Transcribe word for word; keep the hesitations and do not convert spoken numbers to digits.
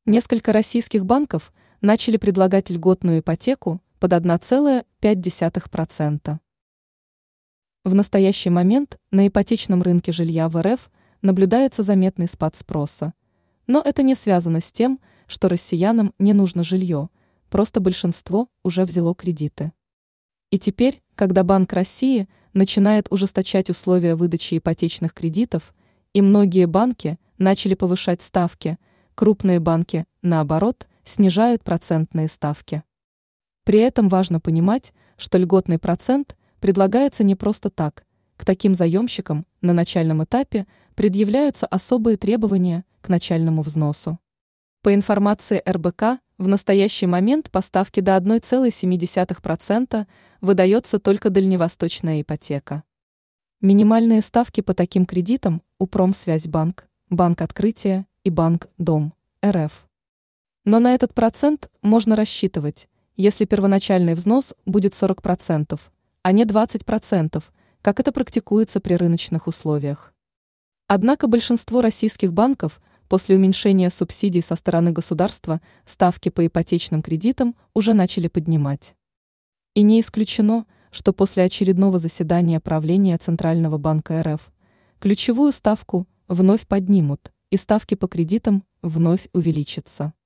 Несколько российских банков начали предлагать льготную ипотеку под одна целая пять десятых процента. В настоящий момент на ипотечном рынке жилья в эр эф наблюдается заметный спад спроса. Но это не связано с тем, что россиянам не нужно жилье, просто большинство уже взяло кредиты. И теперь, когда Банк России начинает ужесточать условия выдачи ипотечных кредитов, и многие банки начали повышать ставки, крупные банки, наоборот, снижают процентные ставки. При этом важно понимать, что льготный процент предлагается не просто так. К таким заемщикам на начальном этапе предъявляются особые требования к начальному взносу. По информации эр бэ ка, в настоящий момент по ставке до одна целая семь десятых процента выдается только дальневосточная ипотека. Минимальные ставки по таким кредитам у Промсвязьбанк, Банк Открытия и Банк Дом эр эф. Но на этот процент можно рассчитывать, если первоначальный взнос будет сорок процентов, а не двадцать процентов, как это практикуется при рыночных условиях. Однако большинство российских банков после уменьшения субсидий со стороны государства ставки по ипотечным кредитам уже начали поднимать. И не исключено, что после очередного заседания правления Центрального банка эр эф ключевую ставку вновь поднимут, и ставки по кредитам вновь увеличатся.